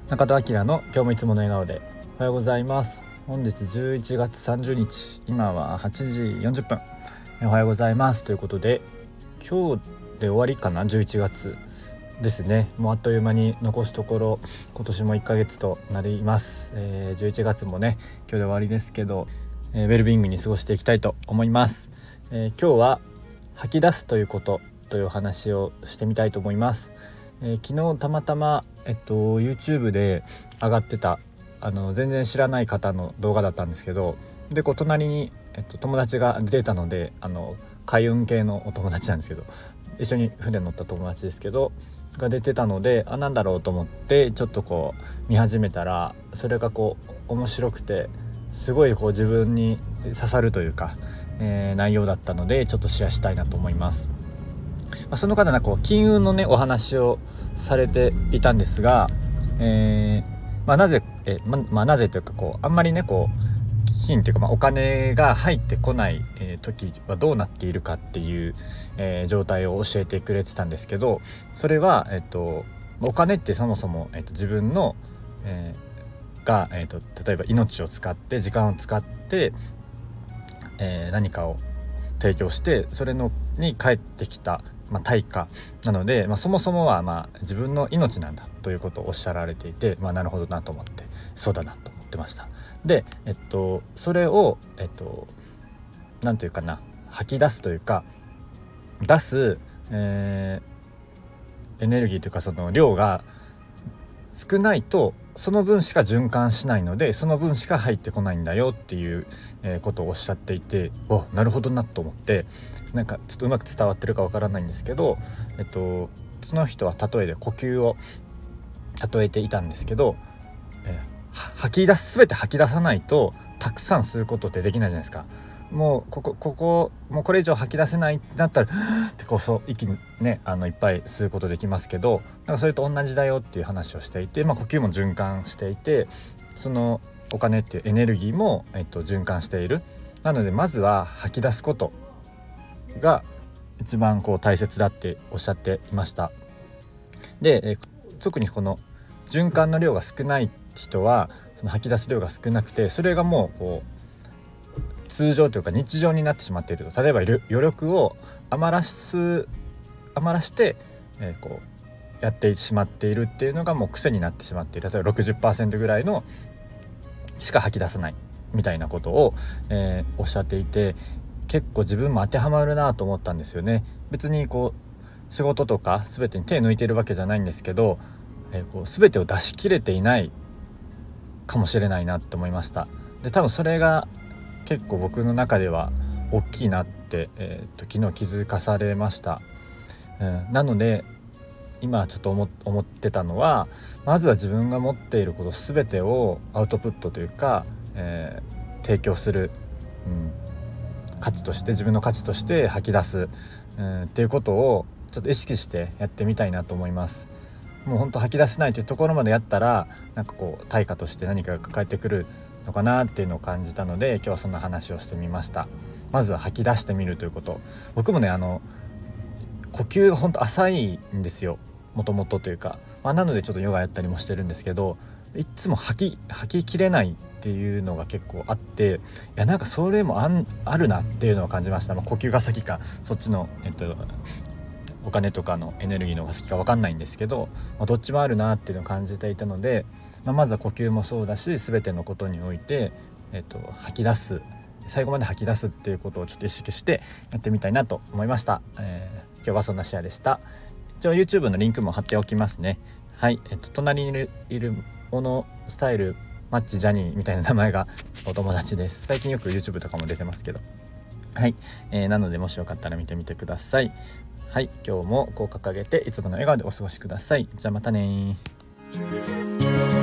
中戸明の今日もいつもの笑顔で。おはようございます。本日11月30日、今は8時40分。おはようございますということで、今日で終わりかな。11月ですね。もうあっという間に残すところ今年も1ヶ月となります。11月もね今日で終わりですけど、ウェルビーイングに過ごしていきたいと思います。今日は吐き出すということというお話をしてみたいと思います。昨日たまたま、YouTube で上がってた全然知らない方の動画だったんですけど、で隣に、友達が出てたので、海運系のお友達なんですけど、一緒に船乗った友達ですけどが出てたので、なんだろうと思ってちょっと見始めたら、それが面白くて、すごい自分に刺さるというか、内容だったのでちょっとシェアしたいなと思います。その方金運のねお話をされていたんですが、なぜというかあんまりね金というか、お金が入ってこない、時はどうなっているかっていう、状態を教えてくれてたんですけど、それは、お金ってそもそも、自分の、が、例えば命を使って時間を使って、何かを提供して、それに返ってきた、対価なので、そもそもは自分の命なんだということをおっしゃられていて、なるほどなと思って、そうだなと思ってました。で、それを、なんというかな、吐き出すというか出す、エネルギーというか、その量が少ないとその分しか循環しないので、その分しか入ってこないんだよっていう、ことをおっしゃっていて、なるほどなと思って、ちょっとうまく伝わってるかわからないんですけど、その人は例えで呼吸を例えていたんですけど、全て吐き出さないとたくさん吸うことってできないじゃないですか。もうこれ以上吐き出せないってなったらって一気にねいっぱい吸うことできますけど、それと同じだよっていう話をしていて、呼吸も循環していて、そのお金っていうエネルギーも、循環している。なのでまずは吐き出すことが一番大切だっておっしゃっていました。で、特にこの循環の量が少ない人は、その吐き出す量が少なくて、それがもう通常というか日常になってしまっていると。例えば余力を余らして、やってしまっているっていうのがもう癖になってしまっている。例えば 60% ぐらいのしか吐き出さないみたいなことを、おっしゃっていて、結構自分も当てはまるなと思ったんですよね。別に仕事とか全てに手抜いてるわけじゃないんですけど、全てを出し切れていないかもしれないなって思いました。で、多分それが結構僕の中では大きいなって、昨日気づかされました。なので今ちょっと思ってたのは、まずは自分が持っていること全てをアウトプットというか、提供する、価値として、自分の価値として吐き出す、っていうことをちょっと意識してやってみたいなと思います。もう本当吐き出せないというところまでやったら、対価として何かが抱えてくるのかなっていうのを感じたので、今日はそんな話をしてみました。まずは吐き出してみるということ。僕もね呼吸本当浅いんですよ、もともとというか、なのでちょっとヨガやったりもしてるんですけど、いつも吐ききれないっていうのが結構あって、それもあるなっていうのを感じました。呼吸が先かそっちの、お金とかのエネルギーの方が先か分かんないんですけど、どっちもあるなっていうのを感じていたので、まずは呼吸もそうだし、全てのことにおいて、吐き出す、最後まで吐き出すっていうことをちょっと意識してやってみたいなと思いました。今日はそんなシェアでした。一応 YouTube のリンクも貼っておきますね。はい、隣にいるモノスタイルマッチジャニーみたいな名前がお友達です。最近よく YouTube とかも出てますけど、はい、なのでもしよかったら見てみてください。はい、今日も掲げていつもの笑顔でお過ごしください。じゃあまたね。